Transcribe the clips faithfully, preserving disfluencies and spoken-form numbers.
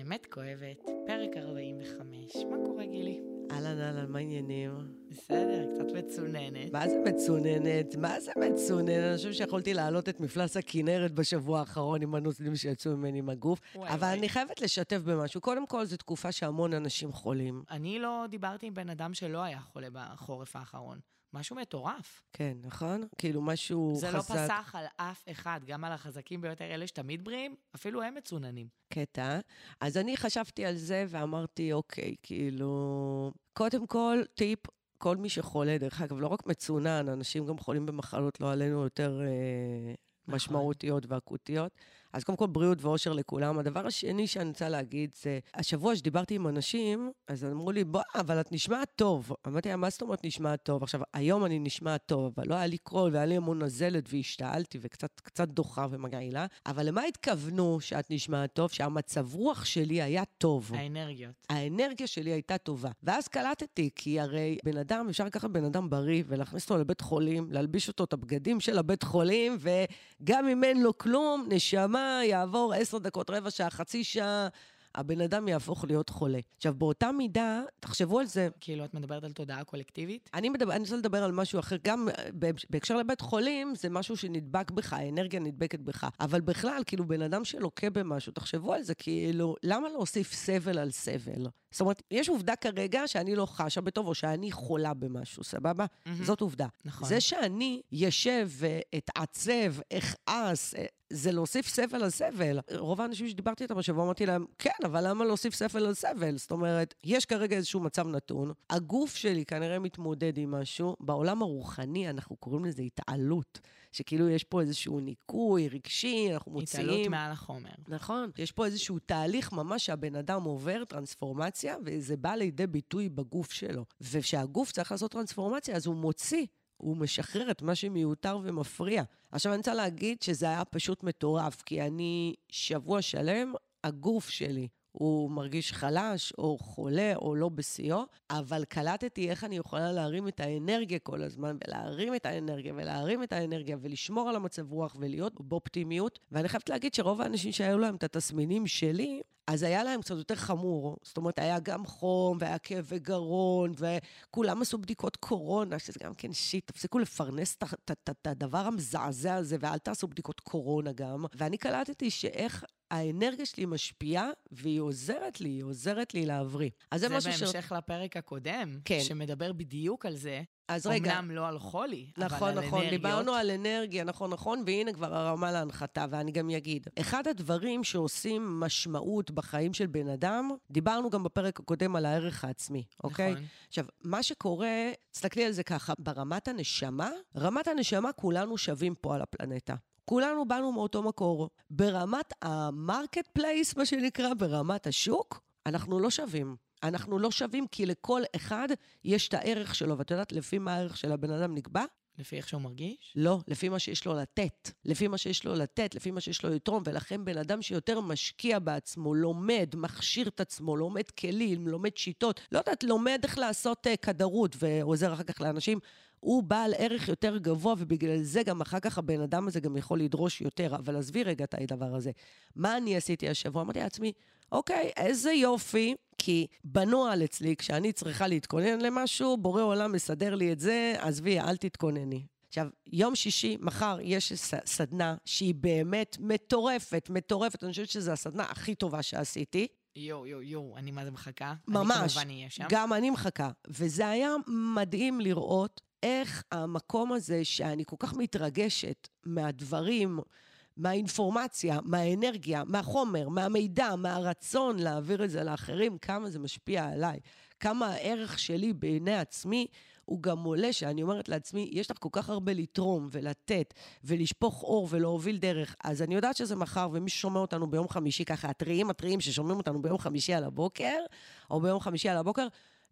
האמת כואבת, פרק ארבעים וחמש. מה קורה, גילי? אהלן, אהלן, מה העניינים? בסדר, קצת מצוננת. מה זה מצוננת? מה זה מצוננת? אני חושב שיכולתי להעלות את מפלס הכינרת בשבוע האחרון עם הנוזלים שיצאו ממני עם הגוף, וואי, אבל וואי. אני חייבת לשתף במשהו. קודם כל, זו תקופה שהמון אנשים חולים. אני לא דיברתי עם בן אדם שלא היה חולה בחורף האחרון. משהו מטורף. כן, נכון? כאילו משהו זה חזק. לא פסח על אף אחד, גם על החזקים ביותר, אלה שתמיד בריאים, אפילו הם מצוננים. קטע. אז אני חשבתי על זה ואמרתי, אוקיי, כאילו, קודם כל, טיפ, כל מי שחולה, דרך אגב, לא רק מצונן, אנשים גם חולים במחלות, לא עלינו יותר אה, משמעותיות ואקוטיות. אז קודם כל, בריאות ואושר לכולם. הדבר השני שאני רוצה להגיד זה, השבוע שדיברתי עם אנשים, אז אמרו לי, בוא, אבל את נשמעת טוב. אמרתי, מה זאת אומרת נשמעת טוב? עכשיו, היום אני נשמעת טוב, אבל לא היה לי קרול, והיה לי המון נזלת, והשתעלתי, וקצת קצת דוחה ומגעילה. אבל למה התכוונו שאת נשמעת טוב? שהמצב רוח שלי היה טוב. האנרגיות. האנרגיה שלי הייתה טובה. ואז קלטתי, כי הרי בן אדם, אפשר לקחת בן אדם בריא, ולהכניס אותו לבית חולים, להלביש אותו את הבגדים של הבית חולים, וגם אם אין לו כלום, נשמה, יעבור עשר דקות, רבע שעה, חצי שעה, הבן אדם יהפוך להיות חולה. עכשיו, באותה מידה, תחשבו על זה. כאילו, את מדברת על תודעה קולקטיבית? אני מדבר, אני רוצה לדבר על משהו אחר, גם בהקשר לבית חולים, זה משהו שנדבק בך, האנרגיה נדבקת בך. אבל בכלל, כאילו, בן אדם שלוקה במשהו, תחשבו על זה, כאילו, למה להוסיף סבל על סבל? זאת אומרת, יש עובדה כרגע שאני לא חשה בטוב, או שאני חולה במשהו, סבבה? Mm-hmm. זאת עובדה. נכון. זה שאני ישב ואתעצב, אכעס, זה להוסיף סבל על סבל. רוב האנשים שדיברתי איתם השבוע, אמרתי להם, כן, אבל למה להוסיף סבל על סבל? זאת אומרת, יש כרגע איזשהו מצב נתון, הגוף שלי כנראה מתמודד עם משהו, בעולם הרוחני אנחנו קוראים לזה התעלות, שכאילו יש פה איזשהו ניקוי רגשי, אנחנו מוציאים... התעלות מעל החומר. נכון, יש פה איזשהו תהליך ממש שהבן אדם עובר טרנספורמציה, וזה בא לידי ביטוי בגוף שלו. וכשהגוף צריך לעשות טרנספורמציה, אז הוא מוציא. הוא משחרר את מה שמיותר ומפריע. עכשיו אני רוצה להגיד שזה היה פשוט מטורף, כי אני שבוע שלם, הגוף שלי, הוא מרגיש חלש, או חולה, או לא בשיאו, אבל קלטתי איך אני יכולה להרים את האנרגיה כל הזמן, ולהרים את האנרגיה, ולהרים את האנרגיה, ולשמור על המצב רוח, ולהיות באופטימיות. ואני חייבת להגיד שרוב האנשים שהיו להם את התסמינים שלי, אז היה להם קצת יותר חמור. זאת אומרת, היה גם חום, והיה כאבי גרון, וכולם עשו בדיקות קורונה, שזה גם כן שיט, תפסיקו לפרנס את הדבר המזעזע הזה, ואל תעשו בדיקות קורונה גם. ואני קלטתי שאיך האנרגיה שלי משפיעה, והיא עוזרת לי, היא עוזרת לי להבריא. אז זה, זה משהו בהמשך ש... לפרק הקודם, כן. שמדבר בדיוק על זה, אז רגע. אמנם לא על חולי, נכון, אבל על נכון, אנרגיות. דיברנו על אנרגיה, נכון, נכון, והנה כבר הרמה להנחתה, ואני גם אגיד. אחד הדברים שעושים משמעות בחיים של בן אדם, דיברנו גם בפרק הקודם על הערך העצמי, אוקיי? נכון. עכשיו, מה שקורה, תסתכלי על זה ככה, ברמת הנשמה, רמת הנשמה כולנו שווים פה על הפלנטה. כולנו באנו מאותו מקור. ברמת המרקט פלייס, מה שנקרא, ברמת השוק, אנחנו לא שווים. אנחנו לא שווים כי לכל אחד יש את הערך שלו, ואת יודעת לפי מה הערך של הבן אדם נקבע? לפי איך שהוא מרגיש? לא, לפי מה שיש לו לתת. לפי מה שיש לו לתת, לפי מה שיש לו לתרום, ולכן בן אדם שיותר משקיע בעצמו, לומד, מכשיר את עצמו, לומד כלים, לומד שיטות, לא יודעת, לומד איך לעשות uh, כדרות, ועוזר אחר כך לאנשים, הוא בעל ערך יותר גבוה, ובגלל זה גם אחר כך הבן אדם הזה גם יכול לדרוש יותר, אבל עזבי רגע את הדבר הזה. מה אני עשיתי השבוע? אמרתי לעצמי, אוקיי, איזה יופי, כי בנועל אצלי, כשאני צריכה להתכונן למשהו, בורא עולם מסדר לי את זה, עזבי, אל תתכונני. עכשיו, יום שישי, מחר, יש סדנה שהיא באמת מטורפת, מטורפת, אני חושבת שזו הסדנה הכי טובה שעשיתי. יו, יו, יו, אני מה זה מחכה? ממש, אני כמובן אהיה שם. גם אני מחכה. וזה היה מדהים לראות איך המקום הזה שאני כל כך מתרגשת מהדברים, מהאינפורמציה, מהאנרגיה, מהחומר, מהמידע, מהרצון להעביר את זה לאחרים, כמה זה משפיע עליי, כמה הערך שלי בעיני עצמי, הוא גם עולה שאני אומרת לעצמי, יש לך כל כך הרבה לתרום ולתת, ולשפוך אור ולהוביל דרך, אז אני יודעת שזה מחר, ומי ששומע אותנו ביום חמישי, ככה, הטריים, הטריים ששומעים אותנו ביום חמישי על הבוקר, או ביום חמישי על הבוקר,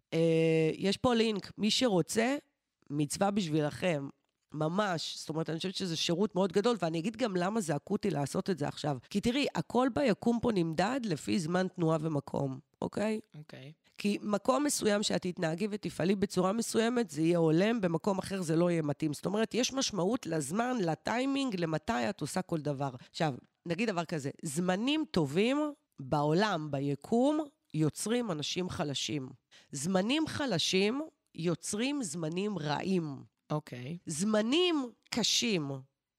אה, יש פה לינק, מי שרוצה, מצווה בשבילכם, ממש, זאת אומרת, אני חושבת שזה שירות מאוד גדול, ואני אגיד גם למה זה אקוטי לעשות את זה עכשיו. כי תראי, הכל ביקום פה נמדד לפי זמן תנועה ומקום, אוקיי? אוקיי. כי מקום מסוים שאת תתנהגי ותפעלי בצורה מסוימת, זה יהיה הולם, במקום אחר זה לא יהיה מתאים. זאת אומרת, יש משמעות לזמן, לטיימינג, למתי את עושה כל דבר. עכשיו, נגיד דבר כזה, זמנים טובים בעולם, ביקום, יוצרים אנשים חלשים. זמנים חלשים יוצרים זמנים רעים. אוקיי. זמנים קשים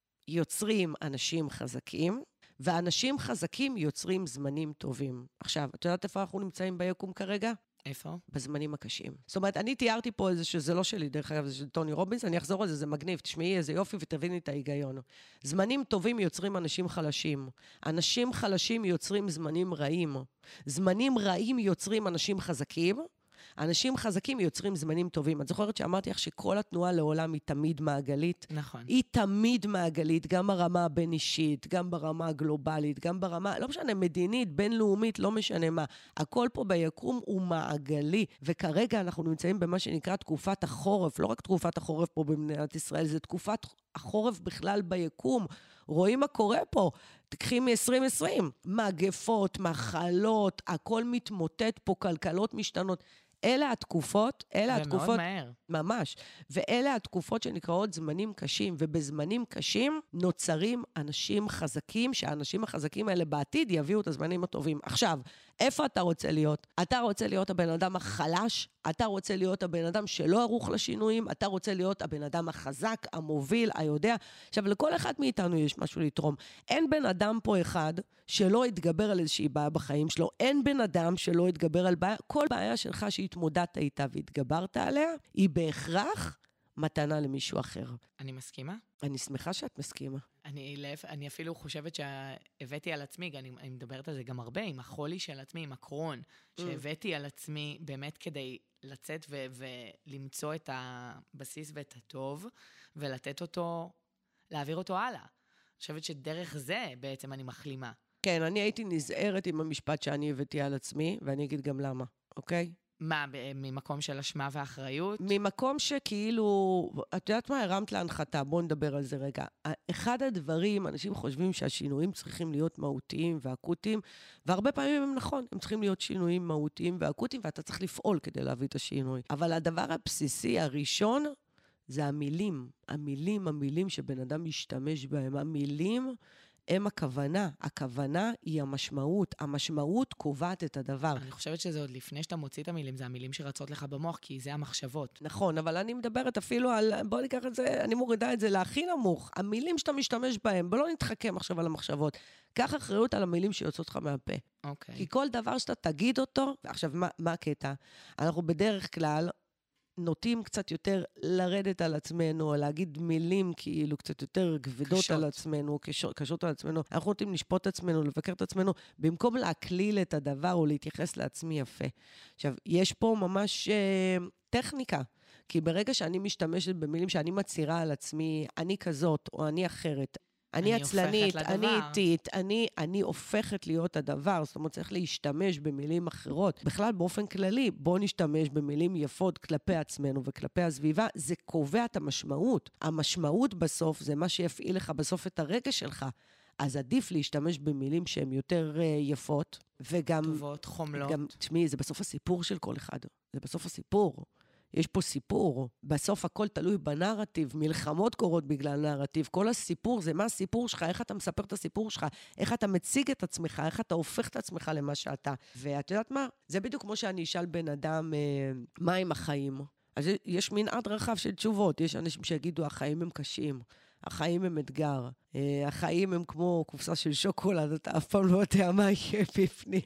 יוצרים אנשים חזקים, ואנשים חזקים יוצרים זמנים טובים. עכשיו, את יודעת איפה אנחנו נמצאים ביקום כרגע? איפה? בזמנים הקשים. זאת אומרת, אני תיארתי פה איזה שזה לא שלי, דרך אגב, זה של טוני רובינס, אני אחזור על זה, זה מגניב, תשמעי איזה יופי ותביני את ההיגיון. זמנים טובים יוצרים אנשים חלשים. אנשים חלשים יוצרים זמנים רעים. זמנים רעים יוצרים אנשים חזקים. אנשים חזקים יוצרים זמנים טובים. את זוכרת שאמרתי לך שכל התנועה לעולם היא תמיד מעגלית? נכון. היא תמיד מעגלית, גם ברמה הבין-אישית, גם ברמה הגלובלית, גם ברמה, לא משנה, מדינית, בינלאומית, לא משנה מה. הכל פה ביקום הוא מעגלי, וכרגע אנחנו נמצאים במה שנקרא תקופת החורף, לא רק תקופת החורף פה במדינת ישראל, זה תקופת החורף בכלל ביקום. רואים מה קורה פה. תקחי מ-עשרים עשרים, מגפות, מחלות, הכל מתמוטט פה, כלכלות משתנות. אלה התקופות, אלה התקופות... ומאוד מהר. ממש. ואלה התקופות שנקראות זמנים קשים, ובזמנים קשים נוצרים אנשים חזקים, שהאנשים החזקים האלה בעתיד יביאו את הזמנים הטובים. עכשיו, איפה אתה רוצה להיות? אתה רוצה להיות הבן אדם החלש? אתה רוצה להיות הבן אדם שלא ערוך לשינויים? אתה רוצה להיות הבן אדם החזק, המוביל, היודע? עכשיו, לכל אחד מאיתנו יש משהו לתרום. אין בן אדם פה אחד שלא יתגבר על איזושהי בעיה בחיים שלו. אין בן אדם שלא יתגבר על בעיה. כל בעיה שלך שהתמודדת איתה והתגברת עליה, היא בהכרח מתנה למישהו אחר. אני מסכימה? אני שמחה שאת מסכימה. אני, אני אפילו חושבת שהבאתי על עצמי, אני, אני מדברת על זה גם הרבה, עם החולי של עצמי, עם הקרון, שהבאתי על עצמי באמת כדי לצאת ו- ולמצוא את הבסיס ואת הטוב, ולתת אותו, להעביר אותו הלאה. אני חושבת שדרך זה בעצם אני מחלימה. כן, אני הייתי נזהרת עם המשפט שאני הבאתי על עצמי, ואני אגיד גם למה, אוקיי? מה, ממקום של אשמה ואחריות? ממקום שכאילו, את יודעת מה, הרמת להנחתה, בואו נדבר על זה רגע. אחד הדברים, אנשים חושבים שהשינויים צריכים להיות מהותיים ואקוטיים, והרבה פעמים הם נכון, הם צריכים להיות שינויים מהותיים ואקוטיים, ואתה צריך לפעול כדי להביא את השינוי. אבל הדבר הבסיסי הראשון, זה המילים. המילים, המילים שבן אדם משתמש בהם. המילים הם הכוונה. הכוונה היא המשמעות. המשמעות קובעת את הדבר. אני חושבת שזה עוד לפני שאתה מוציא את המילים, זה המילים שרצות לך במוח, כי זה המחשבות. נכון, אבל אני מדברת אפילו על, בוא ניקח את זה, אני מורידה את זה להכי נמוך. המילים שאתה משתמש בהם, בוא לא נתחכם עכשיו על המחשבות. קח אחריות על המילים שיוצאות לך מהפה. אוקיי. כי כל דבר שאתה תגיד אותו, עכשיו, מה, מה הקטע? אנחנו בדרך כלל נוטים קצת יותר לרדת על עצמנו, להגיד מילים כאילו קצת יותר כבדות קשות. על עצמנו, קשות, קשות על עצמנו. אנחנו נוטים לשפוט את עצמנו, לבקר את עצמנו, במקום להקליל את הדבר או להתייחס לעצמי יפה. עכשיו, יש פה ממש אה, טכניקה, כי ברגע שאני משתמשת במילים שאני מצהירה על עצמי, אני כזאת או אני אחרת, אני עצלנית, אני איטית, אני, אני הופכת להיות הדבר, זאת אומרת, צריך להשתמש במילים אחרות. בכלל, באופן כללי, בוא נשתמש במילים יפות כלפי עצמנו וכלפי הסביבה, זה קובע את המשמעות. המשמעות בסוף זה מה שיפעיל לך בסוף את הרגש שלך. אז עדיף להשתמש במילים שהן יותר uh, יפות, וגם... טובות, חומלות. גם, תשמעי, זה בסוף הסיפור של כל אחד. זה בסוף הסיפור. יש פה סיפור, בסוף הכל תלוי בנרטיב, מלחמות קורות בגלל נרטיב, כל הסיפור זה מה הסיפור שלך, איך אתה מספר את הסיפור שלך, איך אתה מציג את עצמך, איך אתה הופך את עצמך למה שאתה. ואת יודעת מה? זה בדיוק כמו שאני אשאל בן אדם, אה, מה עם החיים? אז יש מנעד רחב של תשובות, יש אנשים שיגידו, החיים הם קשים, החיים הם אתגר, אה, החיים הם כמו קופסה של שוקולד, אתה אף פעם לא יודע מה יהיה בפנים.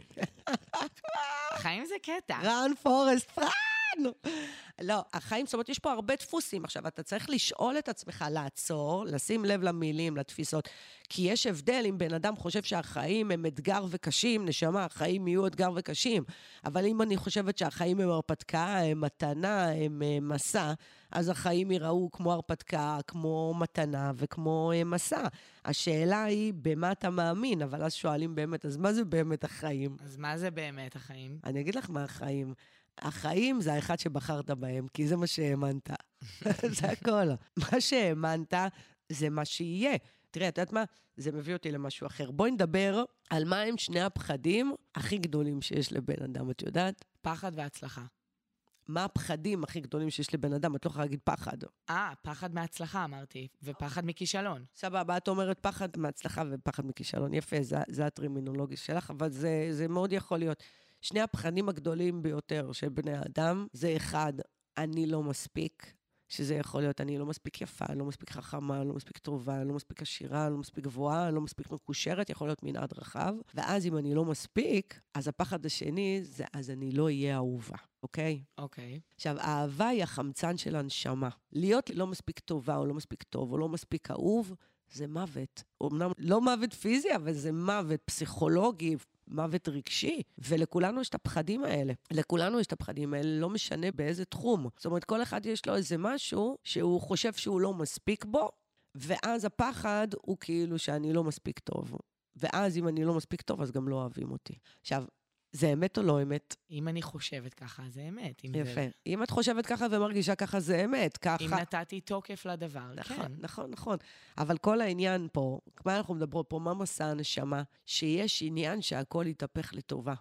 החיים זה קטע. רן פורסט, פרן! לא, החיים, זאת אומרת, יש פה הרבה דפוסים. עכשיו, אתה צריך לשאול את עצמך, לעצור, לשים לב למילים, לתפיסות, כי יש הבדל אם בן אדם חושב שהחיים הם אתגר וקשים, נשמה, החיים יהיו אתגר וקשים, אבל אם אני חושבת שהחיים הם הרפתקה, הם מתנה, הם מסע, אז החיים ייראו כמו הרפתקה, כמו מתנה וכמו מסע. השאלה היא, במה אתה מאמין? אבל אז שואלים באמת, אז מה זה באמת החיים? אז מה זה באמת החיים? אני אגיד לך מה החיים. החיים זה האחד שבחרת בהם, כי זה מה שהאמנת. זה הכל. מה שהאמנת זה מה שיהיה. תראה, את יודעת מה? זה מביא אותי למשהו אחר. בואי נדבר על מה הם שני הפחדים הכי גדולים שיש לבן אדם, את יודעת? פחד והצלחה. מה הפחדים הכי גדולים שיש לבן אדם? את לא יכולה להגיד פחד. אה, פחד מהצלחה, אמרתי, ופחד מכישלון. סבבה, את אומרת פחד מהצלחה ופחד מכישלון. יפה, זה, זה הטרמינולוגיה שלך, אבל זה, זה מאוד יכול להיות. שני הפחדים הגדולים ביותר של בני האדם, זה אחד, אני לא מספיק, שזה יכול להיות, אני לא מספיק יפה, אני לא מספיק חכמה, אני לא מספיק טובה, אני לא מספיק עשירה, אני לא מספיק גבוהה, אני לא מספיק מקושרת, יכול להיות מנעד רחב. ואז אם אני לא מספיק, אז הפחד השני זה, אז אני לא אהיה אהובה, אוקיי? אוקיי. עכשיו, האהבה היא החמצן של הנשמה. להיות לא מספיק טובה, או לא מספיק טוב, או לא מספיק אהוב, זה מוות. אמנם לא מוות פיזי, אבל זה מוות פסיכולוגי, מוות רגשי, ולכולנו יש את הפחדים האלה. לכולנו יש את הפחדים האלה, לא משנה באיזה תחום. זאת אומרת, כל אחד יש לו איזה משהו שהוא חושב שהוא לא מספיק בו, ואז הפחד הוא כאילו שאני לא מספיק טוב. ואז אם אני לא מספיק טוב, אז גם לא אוהבים אותי. עכשיו, זה אמת או לא אמת? אם אני חושבת ככה, זה אמת. אם יפה. זה... אם את חושבת ככה ומרגישה ככה, זה אמת. ככה... אם נתתי תוקף לדבר, נכון, כן. נכון, נכון. אבל כל העניין פה, כמו אנחנו מדברות פה, מה מסע הנשמה? שיש עניין שהכל יתהפך לטובה.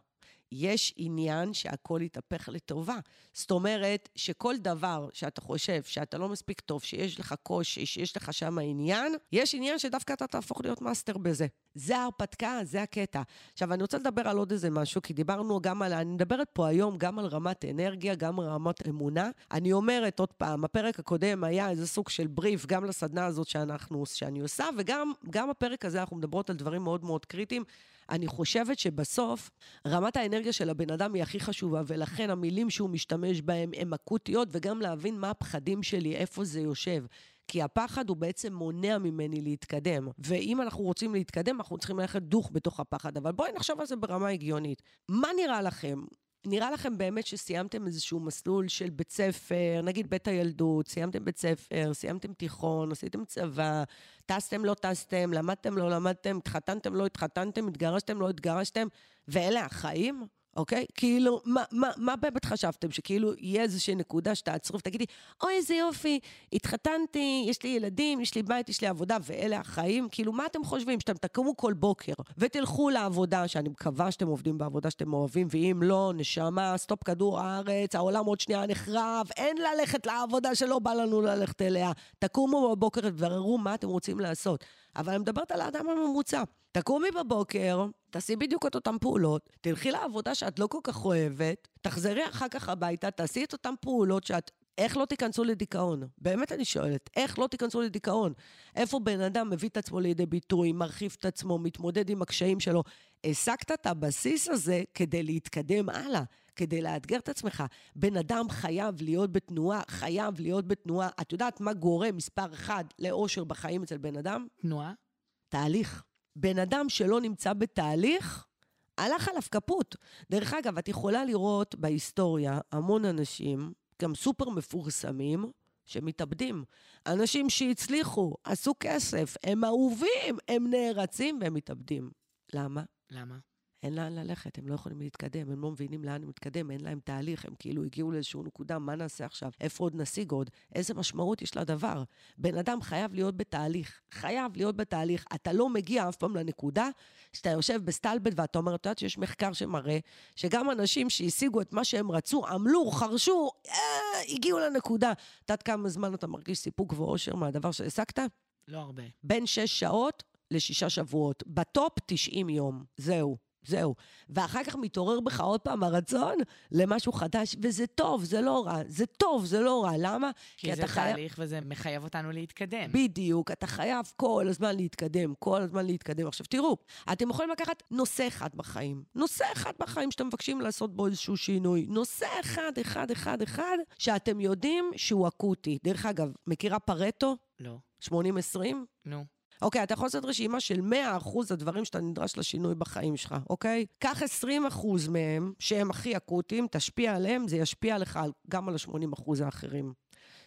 יש עניין שהכל יתהפך לטובה. זאת אומרת שכל דבר שאתה חושב שאתה לא מספיק טוב, שיש לך קושי, שיש לך שם עניין, יש עניין שדווקא אתה תהפוך להיות מאסטר בזה. זה ההרפתקה, זה הקטע. עכשיו, אני רוצה לדבר על עוד איזה משהו, כי דיברנו גם על, אני מדברת פה היום גם על רמת אנרגיה, גם על רמת אמונה. אני אומרת עוד פעם, הפרק הקודם היה איזה סוג של בריף, גם לסדנה הזאת שאנחנו, שאני עושה, וגם גם הפרק הזה אנחנו מדברות על דברים מאוד מאוד קריטיים. אני חושבת שבסוף רמת האנרגיה של הבן אדם היא הכי חשובה, ולכן המילים שהוא משתמש בהם הן אקוטיות, וגם להבין מה הפחדים שלי, איפה זה יושב. כי הפחד הוא בעצם מונע ממני להתקדם. ואם אנחנו רוצים להתקדם, אנחנו צריכים ללכת דוך בתוך הפחד. אבל בואי נחשוב על זה ברמה הגיונית. מה נראה לכם? נראה לכם באמת שסיימתם איזשהו מסלול של בית ספר, נגיד בית הילדות, סיימתם בית ספר, סיימתם תיכון, עשיתם צבא, טסתם, לא טסתם, למדתם, לא למדתם, התחתנתם, לא התחתנתם, התגרשתם, לא התגרשתם, ואלה החיים? אוקיי? כאילו, מה, מה, מה באמת חשבתם? שכאילו יהיה איזושהי נקודה שתעצרו ותגידי, אוי, איזה יופי, התחתנתי, יש לי ילדים, יש לי בית, יש לי עבודה, ואלה החיים. כאילו, מה אתם חושבים? שאתם תקומו כל בוקר ותלכו לעבודה, שאני מקווה שאתם עובדים בעבודה שאתם אוהבים, ואם לא, נשמה, סטופ כדור הארץ, העולם עוד שנייה נחרב, אין ללכת לעבודה שלא בא לנו ללכת אליה. תקומו בבוקר ותבררו מה אתם רוצים לעשות. אבל אני מדברת על האדם הממוצע. תקומי בבוקר, תעשי בדיוק את אותם פעולות, תלכי לעבודה שאת לא כל כך אוהבת, תחזרי אחר כך הביתה, תעשי את אותם פעולות שאת, איך לא תיכנסו לדיכאון? באמת אני שואלת, איך לא תיכנסו לדיכאון? איפה בן אדם מביא את עצמו לידי ביטוי, מרחיב את עצמו, מתמודד עם הקשיים שלו? העסקת את הבסיס הזה כדי להתקדם הלאה, כדי לאתגר את עצמך. בן אדם חייב להיות בתנועה, חייב להיות בתנועה. את יודעת מה גורם מספר אחד לאושר בחיים אצל בן אדם? תנועה? תהליך. בן אדם שלא נמצא בתהליך, הלך עליו כפות. דרך אגב, את יכולה לראות בהיסטוריה המון אנשים, גם סופר מפורסמים, שמתאבדים. אנשים שהצליחו, עשו כסף, הם אהובים, הם נערצים והם מתאבדים. למה? למה? אין לאן ללכת, הם לא יכולים להתקדם, הם לא מבינים לאן הם מתקדם, אין להם תהליך, הם כאילו הגיעו לאיזשהו נקודה, מה נעשה עכשיו? איפה עוד נשיג עוד? איזה משמעות יש לדבר? בן אדם חייב להיות בתהליך, חייב להיות בתהליך. אתה לא מגיע אף פעם לנקודה, שאתה יושב בסטלבט ואתה אומר, אתה יודעת שיש מחקר שמראה, שגם אנשים שהשיגו את מה שהם רצו, עמלו, חרשו, אה, הגיעו לנקודה. אתה יודעת כמה זמן אתה מרגיש סיפוק ואושר מהדבר שהעסקת? לא הרבה. בין שש שעות לשישה שבועות. בטופ תשעים יום. זהו. זהו. ואחר כך מתעורר בך עוד פעם הרצון למשהו חדש, וזה טוב, זה לא רע. זה טוב, זה לא רע. למה? כי, כי זה תהליך חייב... וזה מחייב אותנו להתקדם. בדיוק. אתה חייב כל הזמן להתקדם, כל הזמן להתקדם. עכשיו, תראו, אתם יכולים לקחת נושא אחד בחיים. נושא אחד בחיים שאתם מבקשים לעשות בו איזשהו שינוי. נושא אחד, אחד, אחד, אחד, שאתם יודעים שהוא אקוטי. דרך אגב, מכירה פרטו? לא. שמונים עשרים? נו. אוקיי, אתה יכול לעשות רשימה של מאה אחוז הדברים שאתה נדרש לשינוי בחיים שלך, אוקיי? קח עשרים אחוז מהם, שהם הכי אקוטיים, תשפיע עליהם, זה ישפיע לך גם על ה-שמונים אחוז האחרים.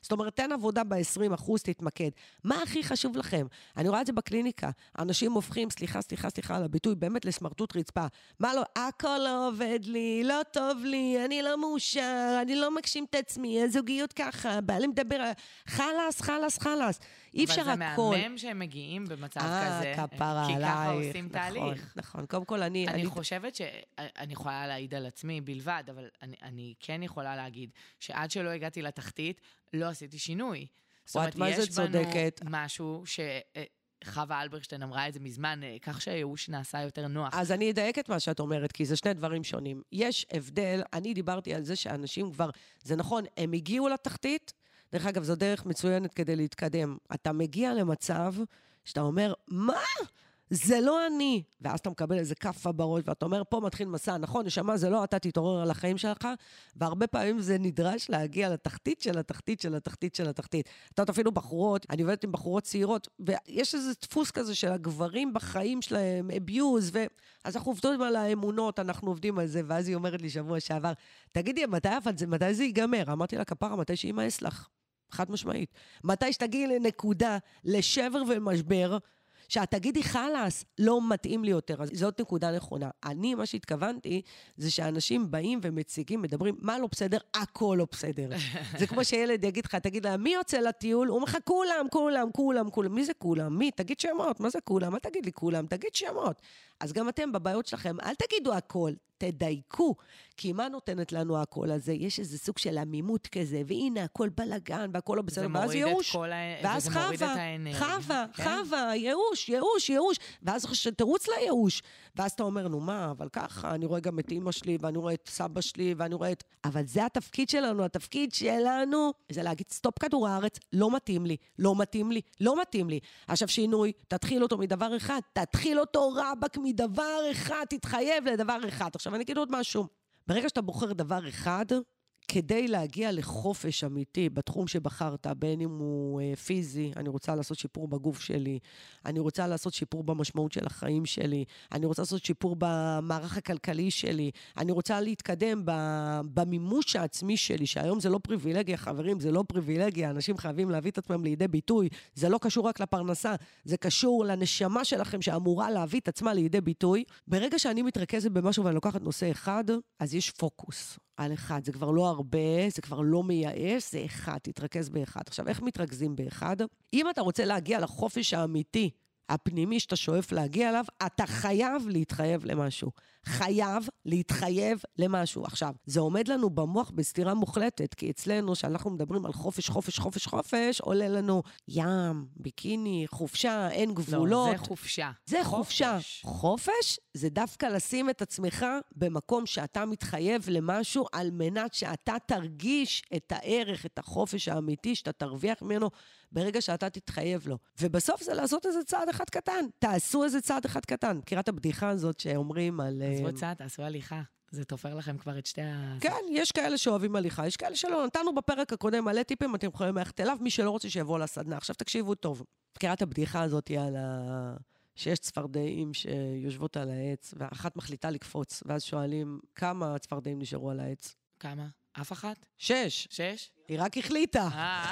זאת אומרת, תן עבודה ב-עשרים אחוז, תתמקד. מה הכי חשוב לכם? אני רואה את זה בקליניקה. אנשים הופכים, סליחה, סליחה, סליחה, על הביטוי, באמת לסמרטוט רצפה. מה לא? הכל לא עובד לי, לא טוב לי, אני לא מאושר, אני לא מגשים את עצמי, הזוגיות ככה, בעלים מדבר, חלס, חלס, חלס. אי אפשר הכל. אבל זה מהמם שהם מגיעים במצב כזה. אה, כפרה עלייך. כי ככה עושים תהליך. נכון, קודם כל אני... אני חושבת שאני יכולה להעיד על עצמי בלבד, אבל אני כן יכולה להגיד שעד שלא הגעתי לתחתית, לא עשיתי שינוי. זאת אומרת, יש בנו משהו ש... חווה אלברשטיין אמרה את זה מזמן, כך שהייאוש נעשה יותר נוח. אז אני אדייק את מה שאת אומרת, כי זה שני דברים שונים. יש הבדל, אני דיברתי על זה שאנשים כבר, זה נכון, הם הגיעו לתחתית, דרך אגב, זו דרך מצוינת כדי להתקדם. אתה מגיע למצב שאתה אומר, מה? זה לא אני. ואז אתה מקבל איזה כפה בראש, ואתה אומר, פה מתחיל מסע, נכון, נשמה, זה לא, אתה תתעורר על החיים שלך, והרבה פעמים זה נדרש להגיע לתחתית של התחתית של התחתית של התחתית. אתה יודעת, אפילו בחורות, אני עובדת עם בחורות צעירות, ויש איזה דפוס כזה של הגברים בחיים שלהם, אביוז, ואז אנחנו עובדים על האמונות, אנחנו עובדים על זה, ואז היא אומרת לי שבוע שעבר, תגידי, מתי, אבל זה, מתי זה ייגמר? אמרתי לה, כפרה, מתי שימאס לך? חד משמעית. מתי שתגיעי לנקודה, לשבר ומשבר, שאת תגידי חלס, לא מתאים לי יותר. אז זאת נקודה נכונה. אני, מה שהתכוונתי, זה שאנשים באים ומציגים, מדברים, מה לא בסדר? הכל לא בסדר. זה כמו שילד יגיד לך, תגיד לה, מי יוצא לטיול? הוא אומר לך, כולם, כולם, כולם, כולם. מי זה כולם? מי? תגיד שמות. מה זה כולם? אל תגיד לי כולם, תגיד שמות. אז גם אתם בבעיות שלכם, אל תגידו הכל, תדייקו, כי מה נותנת לנו הכל הזה? יש איזה סוג של עמימות כזה, והנה הכל בלגן, והכל לא בסדר, ואז ייאוש, ואז חווה, חווה, חווה, ייאוש, ייאוש, ייאוש, ואז תרוץ לייאוש, ואז אתה אומר, נו מה, אבל ככה, אני רואה גם את אמא שלי, ואני רואה את סבא שלי, ואני רואה את... אבל זה התפקיד שלנו, התפקיד שלנו, זה להגיד, סטופ כדור הארץ, לא מתאים לי, לא מתאים לי, לא מתאים לי. עכשיו שינוי, תתחיל אותו מדבר אחד, תתחיל אותו רבק מדבר אחד, תתחייב לדבר אחד. עכשיו אני אגיד עוד משהו. ברגע שאתה בוחר דבר אחד, כדי להגיע לחופש אמיתי בתחום שבחרת, בין אם הוא אה, פיזי, אני רוצה לעשות שיפור בגוף שלי, אני רוצה לעשות שיפור במשמעות של החיים שלי, אני רוצה לעשות שיפור במערך הכלכלי שלי, אני רוצה להתקדם במימוש העצמי שלי, שהיום זה לא פריבילגיה, חברים, זה לא פריבילגיה, אנשים חייבים להביא את עצמם לידי ביטוי, זה לא קשור רק לפרנסה, זה קשור לנשמה שלכם שאמורה להביא את עצמה לידי ביטוי. ברגע שאני מתרכזת במשהו ואני לוקחת נושא אחד, אז יש פוקוס. על אחד, זה כבר לא הרבה, זה כבר לא מייאש, זה אחד, תתרכז באחד. עכשיו, איך מתרכזים באחד? אם אתה רוצה להגיע לחופש האמיתי, הפנימי שאתה שואף להגיע אליו, אתה חייב להתחייב למשהו. חייב להתחייב למשהו. עכשיו, זה עומד לנו במוח בסתירה מוחלטת, כי אצלנו, שאנחנו מדברים על חופש, חופש, חופש, חופש, עולה לנו ים, ביקיני, חופשה, אין גבולות. לא, זה חופשה. זה חופשה. חופש זה דווקא לשים את עצמך במקום שאתה מתחייב למשהו, על מנת שאתה תרגיש את הערך, את החופש האמיתי, שאתה תרוויח ממנו ברגע שאתה תתחייב לו. ובסוף זה לעשות איזה צעד אחד קטן. תעשו איזה צעד אחד קטן. מכירה את הבדיחה הזאת שאומרים על... עזבו צעד, תעשו הליכה. זה תופר לכם כבר את שתי ה... כן, יש כאלה שאוהבים הליכה, יש כאלה שלא. נתנו בפרק הקודם מלא טיפים, אתם יכולים ללכת אליו, מי שלא רוצה שיבוא לסדנה. עכשיו תקשיבו טוב. מכירה את הבדיחה הזאת על ה... שיש צפרדעים שיושבות על העץ, ואחת מחליטה לקפוץ, ואז שואלים כמה צפרדעים נשארו על העץ. כמה? אף אחת? שש. שש? היא רק החליטה.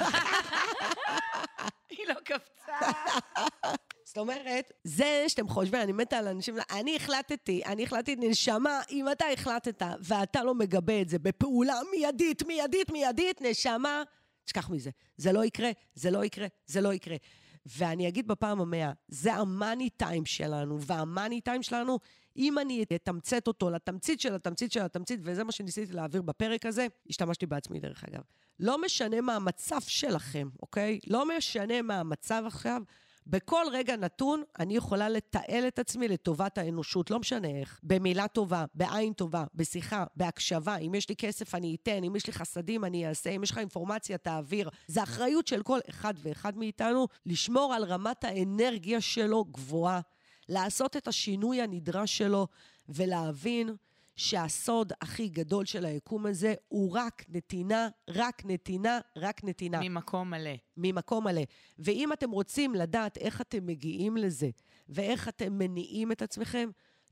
היא לא קפצה. זאת אומרת, זה שאתם חושבים, אני מתה על אנשים, אני החלטתי, אני החלטתי, נשמה, אם אתה החלטת, ואתה לא מגבה את זה בפעולה מיידית, מיידית, מיידית, נשמה, תשכח מזה. זה לא יקרה, זה לא יקרה, זה לא יקרה. ואני אגיד בפעם המאה, זה המאני טיים שלנו, והמאני טיים שלנו, אם אני אתמצת אותו לתמצית של התמצית של התמצית, וזה מה שניסיתי להעביר בפרק הזה, השתמשתי בעצמי דרך אגב. לא משנה מה המצב שלכם, אוקיי? לא משנה מה המצב עכשיו, בכל רגע נתון אני יכולה לתעל את עצמי לטובת האנושות, לא משנה איך, במילה טובה, בעין טובה, בשיחה, בהקשבה, אם יש לי כסף אני אתן, אם יש לי חסדים אני אעשה, אם יש לך אינפורמציה תעביר. זה אחריות של כל אחד ואחד מאיתנו, לשמור על רמת האנרגיה שלו גבוהה, לעשות את השינוי הנדרש שלו, ולהבין שהסוד הכי גדול של היקום הזה הוא רק נתינה, רק נתינה, רק נתינה. ממקום מלא. ממקום מלא. ואם אתם רוצים לדעת איך אתם מגיעים לזה, ואיך אתם מניעים את עצמכם,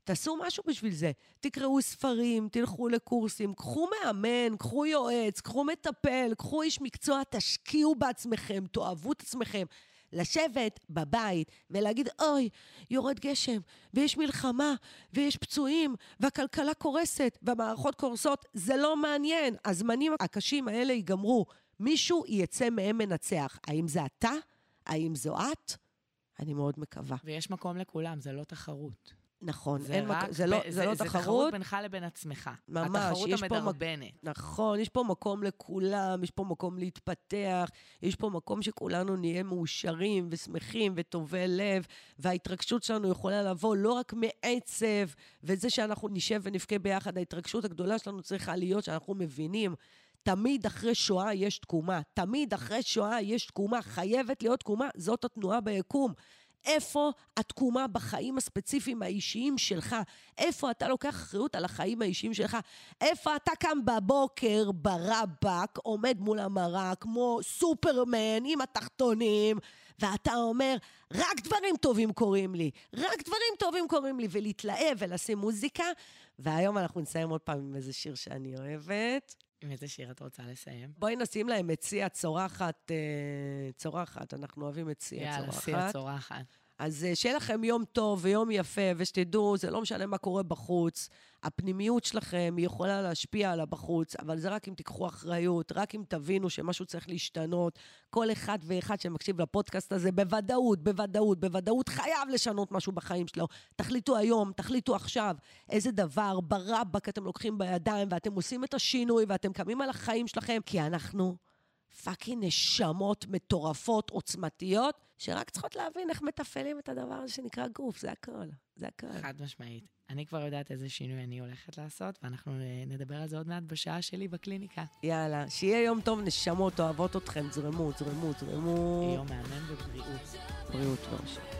תעשו משהו בשביל זה. תקראו ספרים, תלכו לקורסים, קחו מאמן, קחו יועץ, קחו מטפל, קחו איש מקצוע, תשקיעו בעצמכם, תאהבו את עצמכם. לשבת בבית ולהגיד, אוי, יורד גשם, ויש מלחמה, ויש פצועים, והכלכלה קורסת, והמערכות קורסות, זה לא מעניין. הזמנים הקשים האלה ייגמרו. מישהו יצא מהם מנצח. האם זה אתה? האם זו את? אני מאוד מקווה. ויש מקום לכולם, זה לא תחרות. נכון, זה, אין רק, מק... זה, לא, זה, זה, זה לא זה תחרות. זה תחרות בינך לבין עצמך. ממש, התחרות יש המדרבנת. פה, נכון, יש פה מקום לכולם, יש פה מקום להתפתח, יש פה מקום שכולנו נהיה מאושרים ושמחים וטובי לב, וההתרגשות שלנו יכולה לבוא לא רק מעצב, וזה שאנחנו נשב ונבכה ביחד, ההתרגשות הגדולה שלנו צריכה להיות שאנחנו מבינים, תמיד אחרי שואה יש תקומה, תמיד אחרי שואה יש תקומה, חייבת להיות תקומה, זאת התנועה ביקום. איפה התקומה בחיים הספציפיים האישיים שלך? איפה אתה לוקח אחריות על החיים האישיים שלך? איפה אתה קם בבוקר ברבק, עומד מול המראה כמו סופרמן עם התחתונים, ואתה אומר, רק דברים טובים קורים לי, רק דברים טובים קורים לי, ולהתלהב ולשים מוזיקה, והיום אנחנו נסיים עוד פעם עם איזה שיר שאני אוהבת. עם איזה שיר את רוצה לסיים? בואי נשים להם מציע צורחת, צורחת, אנחנו אוהבים מציע צורחת. יאללה, שיר צורחת. אז שיהיה לכם יום טוב ויום יפה, ושתדעו, זה לא משנה מה קורה בחוץ, הפנימיות שלכם היא יכולה להשפיע על הבחוץ, אבל זה רק אם תיקחו אחריות, רק אם תבינו שמשהו צריך להשתנות, כל אחד ואחד שמקשיב לפודקאסט הזה, בוודאות, בוודאות, בוודאות חייב לשנות משהו בחיים שלו. תחליטו היום, תחליטו עכשיו, איזה דבר ברבק אתם לוקחים בידיים, ואתם עושים את השינוי, ואתם קמים על החיים שלכם, כי אנחנו פאקינג נשמות מטורפות, עוצמתיות, שרק צריכות להבין איך מתפעלים את הדבר הזה שנקרא גוף, זה הכל, זה הכל. חד משמעית. אני כבר יודעת איזה שינוי אני הולכת לעשות, ואנחנו נדבר על זה עוד מעט בשעה שלי בקליניקה. יאללה, שיהיה יום טוב, נשמות, אוהבות אתכם, זרמו, זרמו, זרמו. יום מהמם ובריאות. בריאות, לא משהו.